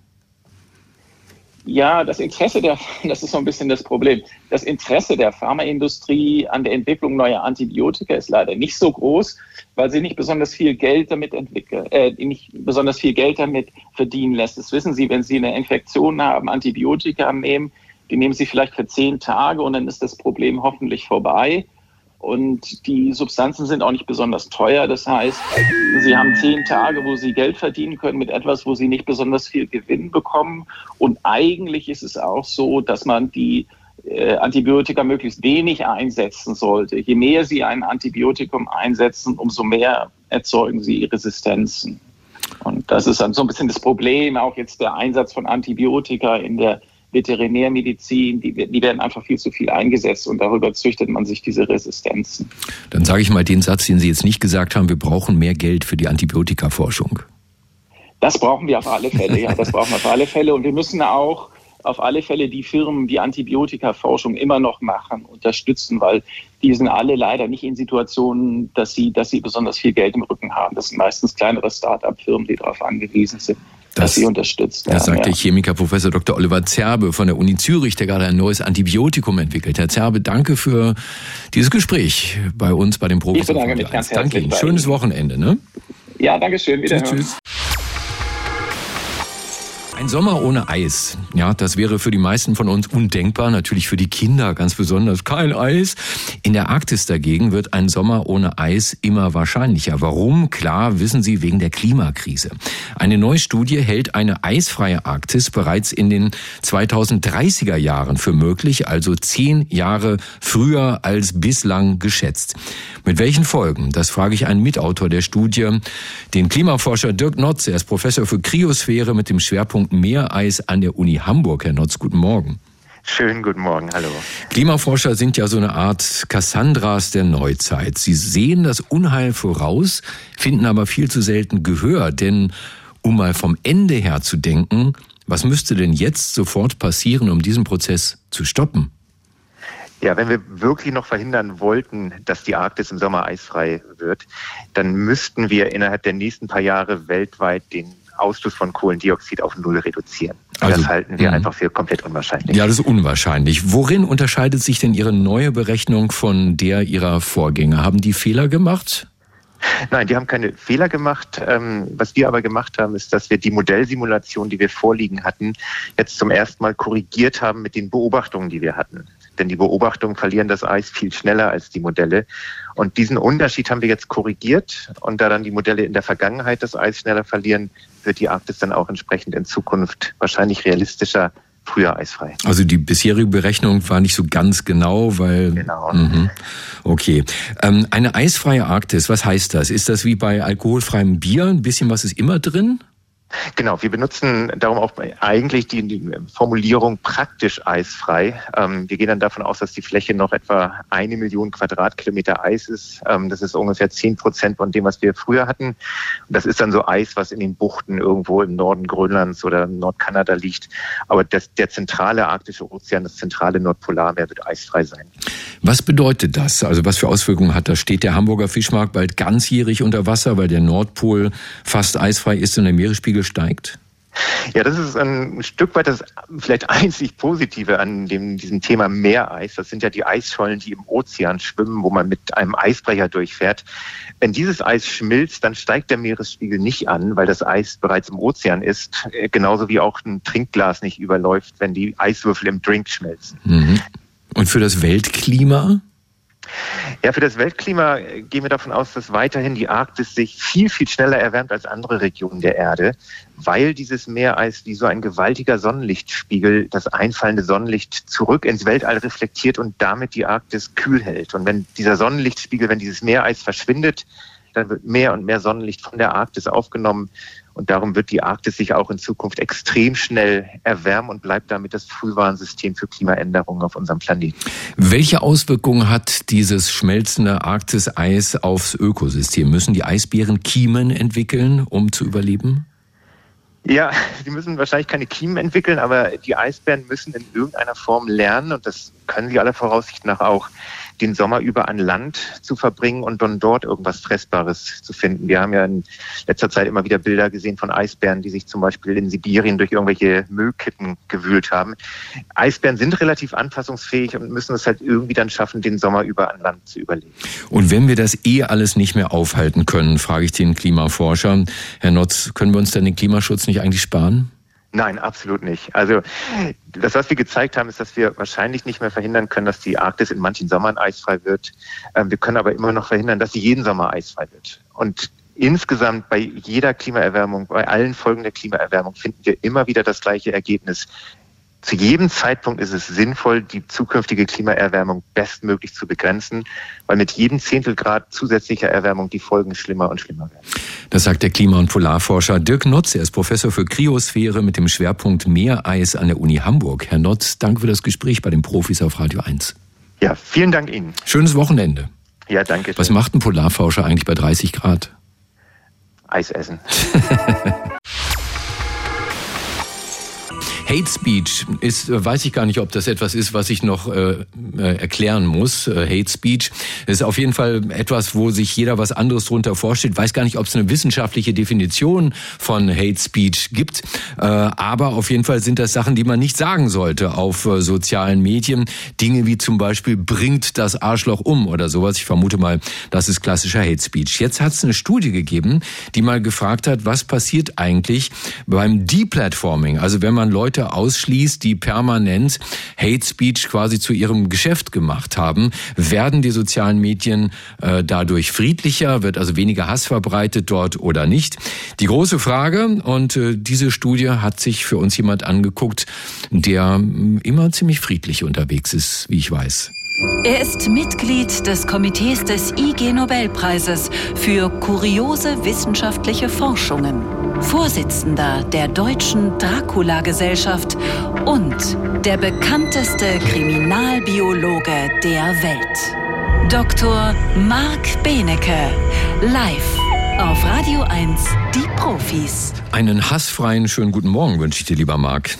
Ja, das ist so ein bisschen das Problem. Das Interesse der Pharmaindustrie an der Entwicklung neuer Antibiotika ist leider nicht so groß, weil sie nicht besonders viel Geld damit verdienen lässt. Das wissen Sie, wenn Sie eine Infektion haben, Antibiotika nehmen, die nehmen Sie vielleicht für 10 Tage und dann ist das Problem hoffentlich vorbei. Und die Substanzen sind auch nicht besonders teuer. Das heißt, Sie haben 10 Tage, wo Sie Geld verdienen können mit etwas, wo Sie nicht besonders viel Gewinn bekommen. Und eigentlich ist es auch so, dass man die Antibiotika möglichst wenig einsetzen sollte. Je mehr Sie ein Antibiotikum einsetzen, umso mehr erzeugen Sie Resistenzen. Und das ist dann so ein bisschen das Problem, auch jetzt der Einsatz von Antibiotika in der Veterinärmedizin, die werden einfach viel zu viel eingesetzt und darüber züchtet man sich diese Resistenzen. Dann sage ich mal den Satz, den Sie jetzt nicht gesagt haben, wir brauchen mehr Geld für die Antibiotikaforschung. Das brauchen wir auf alle Fälle, ja, das brauchen wir auf alle Fälle. Und wir müssen auch auf alle Fälle die Firmen, die Antibiotikaforschung immer noch machen, unterstützen, weil die sind alle leider nicht in Situationen, dass sie besonders viel Geld im Rücken haben. Das sind meistens kleinere Start-up-Firmen, die darauf angewiesen sind, dass sie unterstützt werden. Das sagt der Chemiker Professor Dr. Oliver Zerbe von der Uni Zürich, der gerade ein neues Antibiotikum entwickelt. Herr Zerbe, danke für dieses Gespräch bei uns, bei den Profis. Ich bedanke mich ganz herzlich. Danke Ihnen. Schönes Wochenende. Ne? Ja, danke schön. Wiederhören. Tschüss. Ein Sommer ohne Eis, ja, das wäre für die meisten von uns undenkbar, natürlich für die Kinder ganz besonders. Kein Eis. In der Arktis dagegen wird ein Sommer ohne Eis immer wahrscheinlicher. Warum? Klar, wissen Sie, wegen der Klimakrise. Eine neue Studie hält eine eisfreie Arktis bereits in den 2030er Jahren für möglich, also 10 Jahre früher als bislang geschätzt. Mit welchen Folgen? Das frage ich einen Mitautor der Studie, den Klimaforscher Dirk Notz. Er ist Professor für Kryosphäre mit dem Schwerpunkt Meereis an der Uni Hamburg. Herr Notz, guten Morgen. Schönen guten Morgen, hallo. Klimaforscher sind ja so eine Art Kassandras der Neuzeit. Sie sehen das Unheil voraus, finden aber viel zu selten Gehör. Denn um mal vom Ende her zu denken, was müsste denn jetzt sofort passieren, um diesen Prozess zu stoppen? Ja, wenn wir wirklich noch verhindern wollten, dass die Arktis im Sommer eisfrei wird, dann müssten wir innerhalb der nächsten paar Jahre weltweit den Ausstoß von Kohlendioxid auf 0 reduzieren. Also, das halten wir einfach für komplett unwahrscheinlich. Ja, das ist unwahrscheinlich. Worin unterscheidet sich denn Ihre neue Berechnung von der Ihrer Vorgänger? Haben die Fehler gemacht? Nein, die haben keine Fehler gemacht. Was wir aber gemacht haben, ist, dass wir die Modellsimulation, die wir vorliegen hatten, jetzt zum ersten Mal korrigiert haben mit den Beobachtungen, die wir hatten. Denn die Beobachtungen verlieren das Eis viel schneller als die Modelle. Und diesen Unterschied haben wir jetzt korrigiert. Und da dann die Modelle in der Vergangenheit das Eis schneller verlieren, wird die Arktis dann auch entsprechend in Zukunft wahrscheinlich realistischer früher eisfrei. Also die bisherige Berechnung war nicht so ganz genau, weil... Genau. Okay. Eine eisfreie Arktis, was heißt das? Ist das wie bei alkoholfreiem Bier? Ein bisschen was ist immer drin? Genau, wir benutzen darum auch eigentlich die Formulierung praktisch eisfrei. Wir gehen dann davon aus, dass die Fläche noch etwa 1 Million Quadratkilometer Eis ist. Das ist ungefähr 10% von dem, was wir früher hatten. Und das ist dann so Eis, was in den Buchten irgendwo im Norden Grönlands oder Nordkanada liegt. Aber der zentrale arktische Ozean, das zentrale Nordpolarmeer wird eisfrei sein. Was bedeutet das? Also was für Auswirkungen hat das? Steht der Hamburger Fischmarkt bald ganzjährig unter Wasser, weil der Nordpol fast eisfrei ist und der Meeresspiegel steigt? Ja, das ist ein Stück weit das vielleicht einzig Positive an diesem Thema Meereis. Das sind ja die Eisschollen, die im Ozean schwimmen, wo man mit einem Eisbrecher durchfährt. Wenn dieses Eis schmilzt, dann steigt der Meeresspiegel nicht an, weil das Eis bereits im Ozean ist. Genauso wie auch ein Trinkglas nicht überläuft, wenn die Eiswürfel im Drink schmelzen. Mhm. Und für das Weltklima? Ja, für das Weltklima gehen wir davon aus, dass weiterhin die Arktis sich viel, viel schneller erwärmt als andere Regionen der Erde, weil dieses Meereis wie so ein gewaltiger Sonnenlichtspiegel das einfallende Sonnenlicht zurück ins Weltall reflektiert und damit die Arktis kühl hält. Und wenn dieser Sonnenlichtspiegel, wenn dieses Meereis verschwindet, dann wird mehr und mehr Sonnenlicht von der Arktis aufgenommen. Und darum wird die Arktis sich auch in Zukunft extrem schnell erwärmen und bleibt damit das Frühwarnsystem für Klimaänderungen auf unserem Planeten. Welche Auswirkungen hat dieses schmelzende Arktis-Eis aufs Ökosystem? Müssen die Eisbären Kiemen entwickeln, um zu überleben? Ja, sie müssen wahrscheinlich keine Kiemen entwickeln, aber die Eisbären müssen in irgendeiner Form lernen, und das können sie aller Voraussicht nach auch, den Sommer über an Land zu verbringen und dann dort irgendwas Fressbares zu finden. Wir haben ja in letzter Zeit immer wieder Bilder gesehen von Eisbären, die sich zum Beispiel in Sibirien durch irgendwelche Müllkippen gewühlt haben. Eisbären sind relativ anpassungsfähig und müssen es halt irgendwie dann schaffen, den Sommer über an Land zu überleben. Und wenn wir das alles nicht mehr aufhalten können, frage ich den Klimaforscher, Herr Notz, können wir uns dann den Klimaschutz nicht eigentlich sparen? Nein, absolut nicht. Also das, was wir gezeigt haben, ist, dass wir wahrscheinlich nicht mehr verhindern können, dass die Arktis in manchen Sommern eisfrei wird. Wir können aber immer noch verhindern, dass sie jeden Sommer eisfrei wird. Und insgesamt bei jeder Klimaerwärmung, bei allen Folgen der Klimaerwärmung finden wir immer wieder das gleiche Ergebnis. Zu jedem Zeitpunkt ist es sinnvoll, die zukünftige Klimaerwärmung bestmöglich zu begrenzen, weil mit jedem Zehntelgrad zusätzlicher Erwärmung die Folgen schlimmer und schlimmer werden. Das sagt der Klima- und Polarforscher Dirk Notz. Er ist Professor für Kryosphäre mit dem Schwerpunkt Meereis an der Uni Hamburg. Herr Notz, danke für das Gespräch bei den Profis auf Radio 1. Ja, vielen Dank Ihnen. Schönes Wochenende. Ja, danke. Was macht ein Polarforscher eigentlich bei 30 Grad? Eis essen. Hate Speech ist, weiß ich gar nicht, ob das etwas ist, was ich noch erklären muss. Hate Speech ist auf jeden Fall etwas, wo sich jeder was anderes drunter vorstellt. Weiß gar nicht, ob es eine wissenschaftliche Definition von Hate Speech gibt. Aber auf jeden Fall sind das Sachen, die man nicht sagen sollte auf sozialen Medien. Dinge wie zum Beispiel, bringt das Arschloch um oder sowas. Ich vermute mal, das ist klassischer Hate Speech. Jetzt hat es eine Studie gegeben, die mal gefragt hat, was passiert eigentlich beim Deplatforming? Also wenn man Leute ausschließt, die permanent Hate Speech quasi zu ihrem Geschäft gemacht haben, werden die sozialen Medien dadurch friedlicher, wird also weniger Hass verbreitet dort oder nicht. Die große Frage, und diese Studie hat sich für uns jemand angeguckt, der immer ziemlich friedlich unterwegs ist, wie ich weiß. Er ist Mitglied des Komitees des IG-Nobelpreises für kuriose wissenschaftliche Forschungen, Vorsitzender der Deutschen Dracula-Gesellschaft und der bekannteste Kriminalbiologe der Welt. Dr. Marc Benecke, live auf Radio 1, die Profis. Einen hassfreien schönen guten Morgen wünsche ich dir, lieber Marc.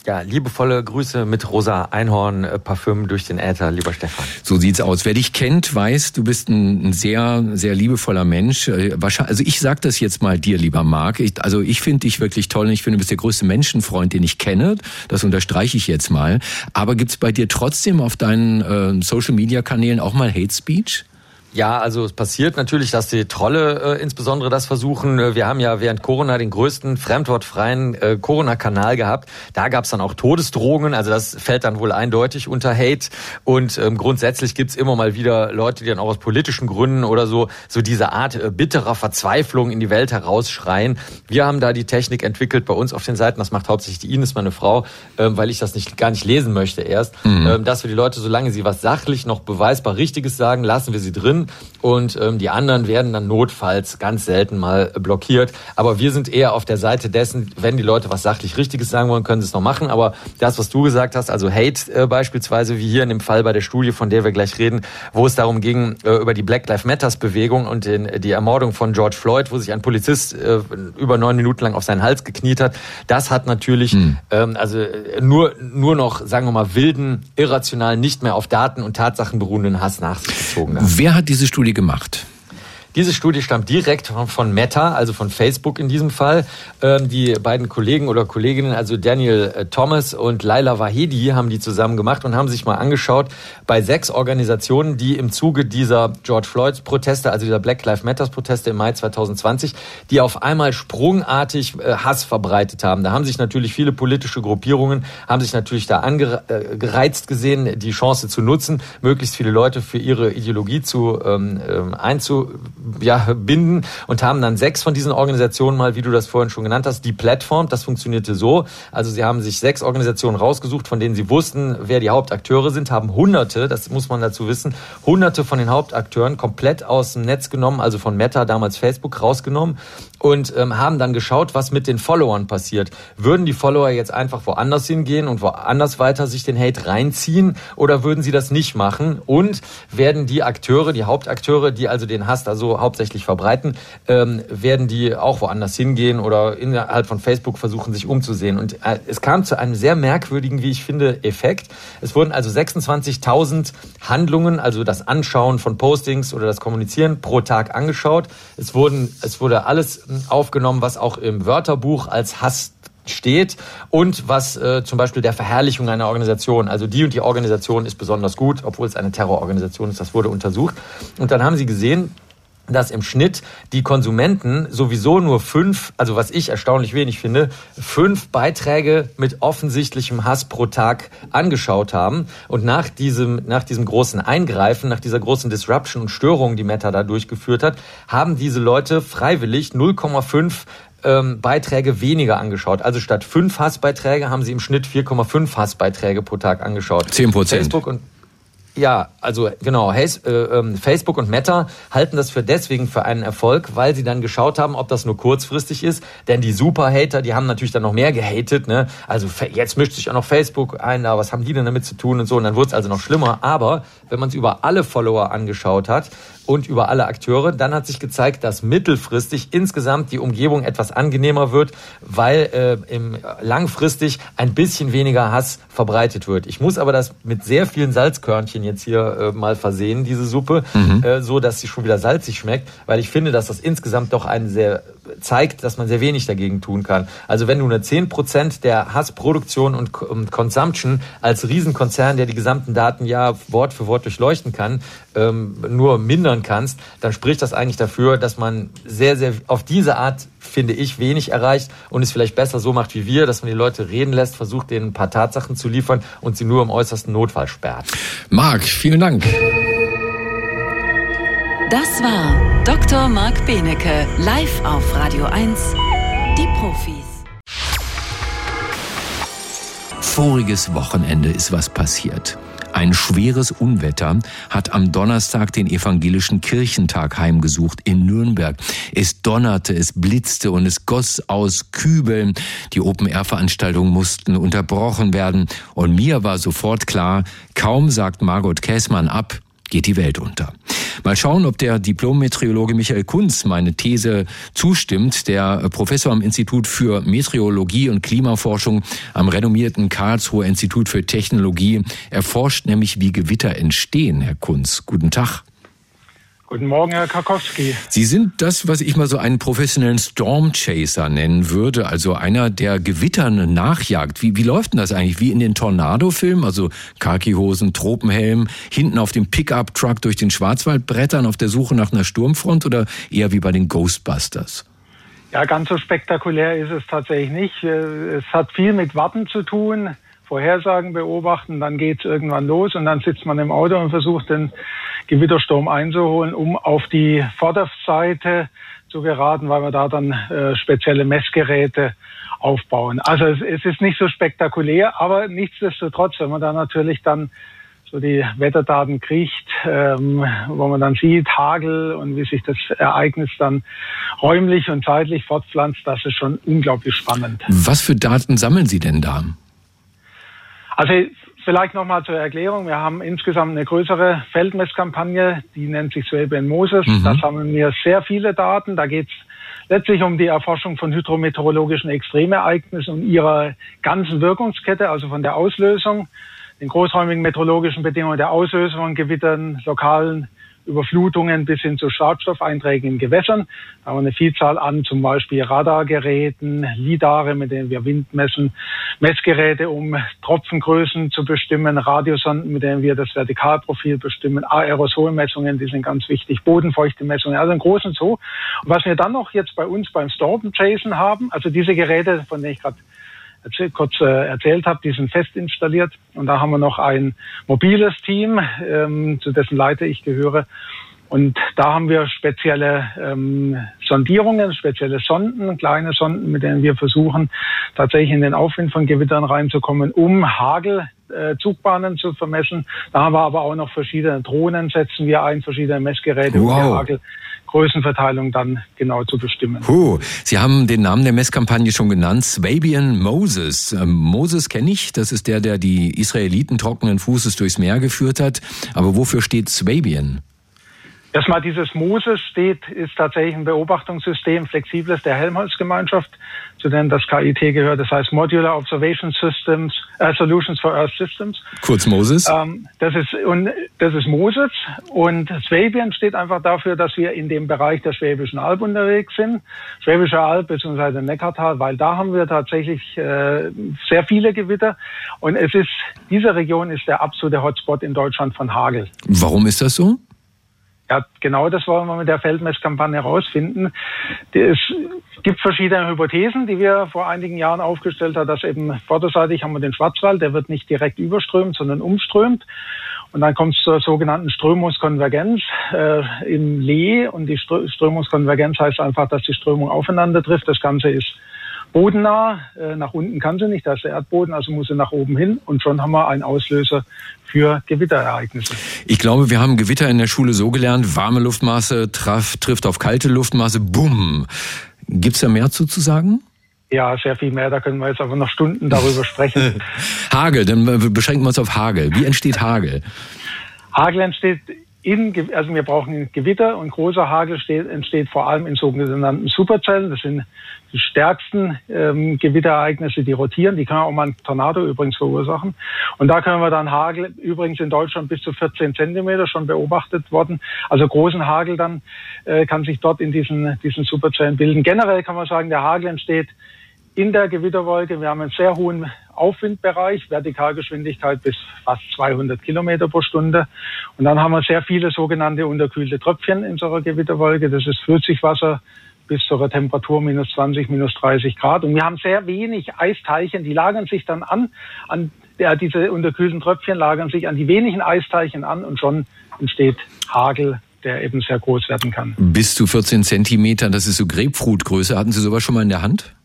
Ja, liebevolle Grüße mit Rosa Einhorn Parfüm durch den Äther, lieber Stefan. So sieht's aus. Wer dich kennt, weiß, du bist ein sehr, sehr liebevoller Mensch. Also ich sag das jetzt mal dir, lieber Marc. Ich finde dich wirklich toll und ich finde, du bist der größte Menschenfreund, den ich kenne. Das unterstreiche ich jetzt mal. Aber gibt's bei dir trotzdem auf deinen Social-Media-Kanälen auch mal Hate Speech? Ja, also es passiert natürlich, dass die Trolle insbesondere das versuchen. Wir haben ja während Corona den größten fremdwortfreien Corona-Kanal gehabt. Da gab's dann auch Todesdrohungen, also das fällt dann wohl eindeutig unter Hate. Und grundsätzlich gibt's immer mal wieder Leute, die dann auch aus politischen Gründen oder so diese Art bitterer Verzweiflung in die Welt herausschreien. Wir haben da die Technik entwickelt bei uns auf den Seiten, das macht hauptsächlich die Ines, meine Frau, weil ich das gar nicht lesen möchte erst, dass wir die Leute, solange sie was sachlich noch beweisbar Richtiges sagen, lassen wir sie drin. Und die anderen werden dann notfalls ganz selten mal blockiert. Aber wir sind eher auf der Seite dessen, wenn die Leute was sachlich Richtiges sagen wollen, können sie es noch machen. Aber das, was du gesagt hast, also Hate beispielsweise, wie hier in dem Fall bei der Studie, von der wir gleich reden, wo es darum ging, über die Black Lives Matters Bewegung und die Ermordung von George Floyd, wo sich ein Polizist über 9 Minuten lang auf seinen Hals gekniet hat, das hat natürlich nur noch, sagen wir mal, wilden, irrationalen, nicht mehr auf Daten und Tatsachen beruhenden Hass nach sich gezogen hat. Wer hat diese Studie gemacht? Diese Studie stammt direkt von Meta, also von Facebook in diesem Fall. Die beiden Kollegen oder Kolleginnen, also Daniel Thomas und Laila Wahedi, haben die zusammen gemacht und haben sich mal angeschaut bei 6 Organisationen, die im Zuge dieser George Floyd-Proteste, also dieser Black Lives Matters-Proteste im Mai 2020, die auf einmal sprungartig Hass verbreitet haben. Da haben sich natürlich viele politische Gruppierungen, haben sich natürlich da gereizt gesehen, die Chance zu nutzen, möglichst viele Leute für ihre Ideologie binden und haben dann 6 von diesen Organisationen mal, wie du das vorhin schon genannt hast, die Plattform. Das funktionierte so. Also sie haben sich 6 Organisationen rausgesucht, von denen sie wussten, wer die Hauptakteure sind, haben Hunderte, das muss man dazu wissen, Hunderte von den Hauptakteuren komplett aus dem Netz genommen, also von Meta, damals Facebook, rausgenommen und haben dann geschaut, was mit den Followern passiert. Würden die Follower jetzt einfach woanders hingehen und woanders weiter sich den Hate reinziehen oder würden sie das nicht machen? Und werden die Akteure, die Hauptakteure, die also den Hass da so hauptsächlich verbreiten, werden die auch woanders hingehen oder innerhalb von Facebook versuchen, sich umzusehen. Und es kam zu einem sehr merkwürdigen, wie ich finde, Effekt. Es wurden also 26.000 Handlungen, also das Anschauen von Postings oder das Kommunizieren pro Tag angeschaut. Es wurde alles aufgenommen, was auch im Wörterbuch als Hass steht und was zum Beispiel der Verherrlichung einer Organisation, also die und die Organisation ist besonders gut, obwohl es eine Terrororganisation ist, das wurde untersucht. Und dann haben sie gesehen, dass im Schnitt die Konsumenten sowieso nur 5, also was ich erstaunlich wenig finde, 5 Beiträge mit offensichtlichem Hass pro Tag angeschaut haben. Und nach diesem großen Eingreifen, nach dieser großen Disruption und Störung, die Meta da durchgeführt hat, haben diese Leute freiwillig 0,5 Beiträge weniger angeschaut. Also statt 5 Hassbeiträge haben sie im Schnitt 4,5 Hassbeiträge pro Tag angeschaut. 10%. Facebook und ja, also genau, Facebook und Meta halten das deswegen für einen Erfolg, weil sie dann geschaut haben, ob das nur kurzfristig ist. Denn die Superhater, die haben natürlich dann noch mehr gehatet, ne? Also jetzt mischt sich auch noch Facebook ein, da was haben die denn damit zu tun und so. Und dann wurde es also noch schlimmer. Aber wenn man es über alle Follower angeschaut hat und über alle Akteure, dann hat sich gezeigt, dass mittelfristig insgesamt die Umgebung etwas angenehmer wird, weil langfristig ein bisschen weniger Hass verbreitet wird. Ich muss aber das mit sehr vielen Salzkörnchen jetzt hier mal versehen, diese Suppe, so dass sie schon wieder salzig schmeckt, weil ich finde, dass das insgesamt doch zeigt, dass man sehr wenig dagegen tun kann. Also wenn du nur 10% der Hassproduktion und Consumption als Riesenkonzern, der die gesamten Daten ja Wort für Wort durchleuchten kann, nur mindern kannst, dann spricht das eigentlich dafür, dass man sehr, sehr auf diese Art, finde ich, wenig erreicht und es vielleicht besser so macht wie wir, dass man die Leute reden lässt, versucht denen ein paar Tatsachen zu liefern und sie nur im äußersten Notfall sperrt. Marc, vielen Dank. Das war Dr. Marc Benecke, live auf Radio 1, die Profis. Voriges Wochenende ist was passiert. Ein schweres Unwetter hat am Donnerstag den evangelischen Kirchentag heimgesucht in Nürnberg. Es donnerte, es blitzte und es goss aus Kübeln. Die Open-Air-Veranstaltungen mussten unterbrochen werden. Und mir war sofort klar, kaum sagt Margot Käßmann ab, geht die Welt unter. Mal schauen, ob der Diplom-Meteorologe Michael Kunz meine These zustimmt. Der Professor am Institut für Meteorologie und Klimaforschung am renommierten Karlsruher Institut für Technologie erforscht nämlich, wie Gewitter entstehen. Herr Kunz, guten Tag. Guten Morgen, Herr Karkowski. Sie sind das, was ich mal so einen professionellen Storm Chaser nennen würde, also einer, der Gewittern nachjagt. Wie läuft denn das eigentlich? Wie in den Tornado-Filmen, also Khaki-Hosen, Tropenhelm, hinten auf dem Pickup-Truck durch den Schwarzwald brettern auf der Suche nach einer Sturmfront oder eher wie bei den Ghostbusters? Ja, ganz so spektakulär ist es tatsächlich nicht. Es hat viel mit Warten zu tun, Vorhersagen beobachten, dann geht's irgendwann los und dann sitzt man im Auto und versucht, den Gewittersturm einzuholen, um auf die Vorderseite zu geraten, weil wir da dann spezielle Messgeräte aufbauen. Also es ist nicht so spektakulär, aber nichtsdestotrotz, wenn man da natürlich dann so die Wetterdaten kriegt, wo man dann sieht, Hagel und wie sich das Ereignis dann räumlich und zeitlich fortpflanzt, das ist schon unglaublich spannend. Was für Daten sammeln Sie denn da? Also vielleicht nochmal zur Erklärung. Wir haben insgesamt eine größere Feldmesskampagne, die nennt sich Swabian Moses. Da sammeln wir sehr viele Daten. Da geht es letztlich um die Erforschung von hydrometeorologischen Extremereignissen und ihrer ganzen Wirkungskette, also von der Auslösung, den großräumigen meteorologischen Bedingungen der Auslösung von Gewittern, lokalen Überflutungen bis hin zu Schadstoffeinträgen in Gewässern. Da haben wir eine Vielzahl an, zum Beispiel Radargeräten, Lidare, mit denen wir Wind messen, Messgeräte, um Tropfengrößen zu bestimmen, Radiosonden, mit denen wir das Vertikalprofil bestimmen, Aerosolmessungen, die sind ganz wichtig, Bodenfeuchtemessungen, also einen großen Zoo. Und was wir dann noch jetzt bei uns beim Storm Chasen haben, also diese Geräte, von denen ich gerade kurz erzählt habe, die sind fest installiert. Und da haben wir noch ein mobiles Team, zu dessen Leiter ich gehöre. Und da haben wir spezielle Sondierungen, spezielle Sonden, kleine Sonden, mit denen wir versuchen, tatsächlich in den Aufwind von Gewittern reinzukommen, um Hagelzugbahnen zu vermessen. Da haben wir aber auch noch verschiedene Drohnen, setzen wir ein, verschiedene Messgeräte, um die Hagelgrößenverteilung dann genau zu bestimmen. Sie haben den Namen der Messkampagne schon genannt, Swabian Moses. Moses kenne ich, das ist der die Israeliten trockenen Fußes durchs Meer geführt hat. Aber wofür steht Swabian? Erstmal dieses Moses ist tatsächlich ein Beobachtungssystem, flexibles der Helmholtz-Gemeinschaft, zu denen das KIT gehört. Das heißt Modular Observation Systems, Solutions for Earth Systems. Kurz Moses. Das ist Moses. Und Swabian steht einfach dafür, dass wir in dem Bereich der Schwäbischen Alb unterwegs sind. Schwäbische Alb bzw. Neckartal, weil da haben wir tatsächlich sehr viele Gewitter. Und diese Region ist der absolute Hotspot in Deutschland von Hagel. Warum ist das so? Ja, genau das wollen wir mit der Feldmesskampagne herausfinden. Es gibt verschiedene Hypothesen, die wir vor einigen Jahren aufgestellt haben, dass eben vorderseitig haben wir den Schwarzwald, der wird nicht direkt überströmt, sondern umströmt. Und dann kommt es zur sogenannten Strömungskonvergenz im Lee. Und die Strömungskonvergenz heißt einfach, dass die Strömung aufeinander trifft. Das Ganze ist bodennah. Nach unten kann sie nicht, da ist der Erdboden, also muss sie nach oben hin. Und schon haben wir einen Auslöser für Gewitterereignisse. Ich glaube, wir haben Gewitter in der Schule so gelernt, warme Luftmasse trifft auf kalte Luftmasse, bumm. Gibt's da mehr zu sagen? Ja, sehr viel mehr, da können wir jetzt aber noch Stunden darüber sprechen. Hagel, dann beschränken wir uns auf Hagel. Wie entsteht Hagel? Hagel entsteht also wir brauchen Gewitter und großer Hagel entsteht vor allem in sogenannten Superzellen. Das sind die stärksten Gewitterereignisse, die rotieren. Die können auch mal einen Tornado übrigens verursachen. Und da können wir dann Hagel, übrigens in Deutschland bis zu 14 Zentimeter schon beobachtet worden. Also großen Hagel dann kann sich dort in diesen Superzellen bilden. Generell kann man sagen, der Hagel entsteht in der Gewitterwolke. Wir haben einen sehr hohen Aufwindbereich, Vertikalgeschwindigkeit bis fast 200 Kilometer pro Stunde. Und dann haben wir sehr viele sogenannte unterkühlte Tröpfchen in so einer Gewitterwolke. Das ist Flüssigwasser bis zu einer Temperatur minus 20, minus 30 Grad. Und wir haben sehr wenig Eisteilchen, die lagern sich dann diese unterkühlten Tröpfchen lagern sich an die wenigen Eisteilchen an und schon entsteht Hagel, der eben sehr groß werden kann. Bis zu 14 Zentimeter, das ist so Grapefruitgröße. Hatten Sie sowas schon mal in der Hand?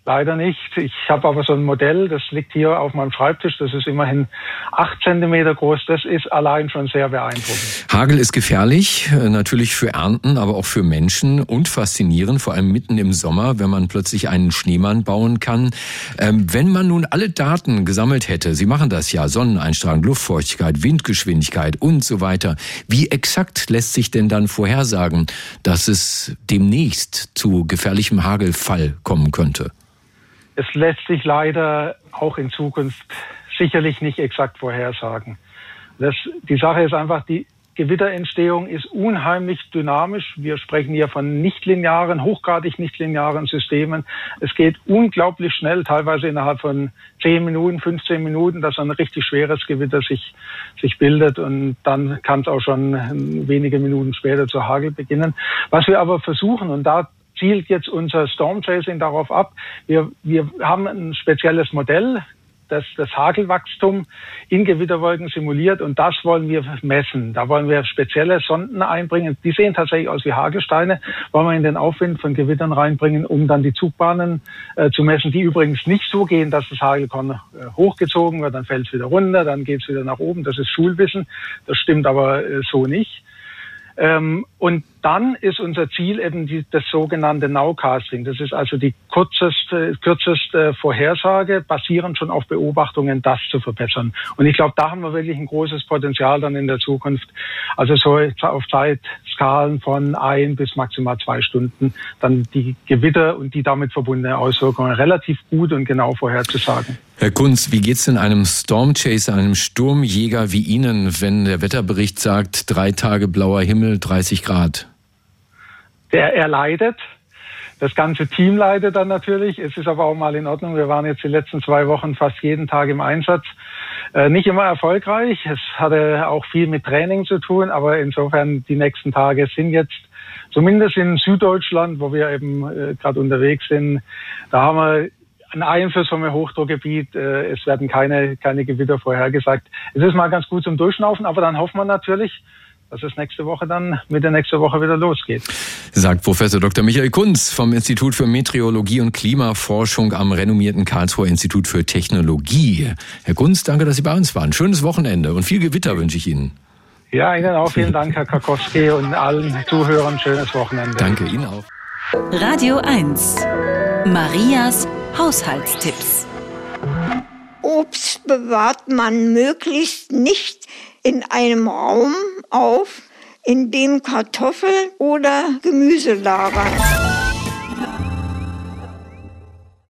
leider nicht. Ich habe aber so ein Modell, das liegt hier auf meinem Schreibtisch. Das ist immerhin 8 Zentimeter groß. Das ist allein schon sehr beeindruckend. Hagel ist gefährlich, natürlich für Ernten, aber auch für Menschen und faszinierend, vor allem mitten im Sommer, wenn man plötzlich einen Schneemann bauen kann. Wenn man nun alle Daten gesammelt hätte, Sie machen das ja, Sonneneinstrahlung, Luftfeuchtigkeit, Windgeschwindigkeit und so weiter, wie exakt lässt sich denn dann vorhersagen, dass es demnächst zu gefährlichem Hagelfall kommen könnte? Es lässt sich leider auch in Zukunft sicherlich nicht exakt vorhersagen. Die Sache ist einfach, die Gewitterentstehung ist unheimlich dynamisch. Wir sprechen hier von nichtlinearen, hochgradig nichtlinearen Systemen. Es geht unglaublich schnell, teilweise innerhalb von 10 Minuten, 15 Minuten, dass ein richtig schweres Gewitter sich bildet, und dann kann es auch schon wenige Minuten später zu Hagel beginnen. Was wir aber versuchen, und da zielt jetzt unser Storm Chasing darauf ab, wir haben ein spezielles Modell, das Hagelwachstum in Gewitterwolken simuliert, und das wollen wir messen. Da wollen wir spezielle Sonden einbringen. Die sehen tatsächlich aus wie Hagelsteine, wollen wir in den Aufwind von Gewittern reinbringen, um dann die Zugbahnen zu messen, die übrigens nicht so gehen, dass das Hagelkorn hochgezogen wird, dann fällt es wieder runter, dann geht es wieder nach oben. Das ist Schulwissen. Das stimmt aber so nicht. Und dann ist unser Ziel eben das sogenannte Nowcasting. Das ist also die kürzeste Vorhersage, basierend schon auf Beobachtungen, das zu verbessern. Und ich glaube, da haben wir wirklich ein großes Potenzial dann in der Zukunft. Also so auf Zeitskalen von 1 bis maximal 2 Stunden dann die Gewitter und die damit verbundene Auswirkungen relativ gut und genau vorherzusagen. Herr Kunz, wie geht's denn einem Stormchaser, einem Sturmjäger wie Ihnen, wenn der Wetterbericht sagt, 3 Tage blauer Himmel, 30 Grad? Er leidet. Das ganze Team leidet dann natürlich. Es ist aber auch mal in Ordnung. Wir waren jetzt die letzten 2 Wochen fast jeden Tag im Einsatz. Nicht immer erfolgreich. Es hatte auch viel mit Training zu tun. Aber insofern, die nächsten Tage sind jetzt, zumindest in Süddeutschland, wo wir eben gerade unterwegs sind, da haben wir einen Einfluss vom Hochdruckgebiet. Es werden keine Gewitter vorhergesagt. Es ist mal ganz gut zum Durchschnaufen, aber dann hoffen wir natürlich, dass es Mitte nächste Woche wieder losgeht. Sagt Professor Dr. Michael Kunz vom Institut für Meteorologie und Klimaforschung am renommierten Karlsruher Institut für Technologie. Herr Kunz, danke, dass Sie bei uns waren. Schönes Wochenende und viel Gewitter wünsche ich Ihnen. Ja, Ihnen auch. Vielen Dank, Herr Karkowski, und allen Zuhörern schönes Wochenende. Danke Ihnen auch. Radio 1. Marias Haushaltstipps. Obst bewahrt man möglichst nicht in einem Raum auf, in dem Kartoffeln oder Gemüse lagern.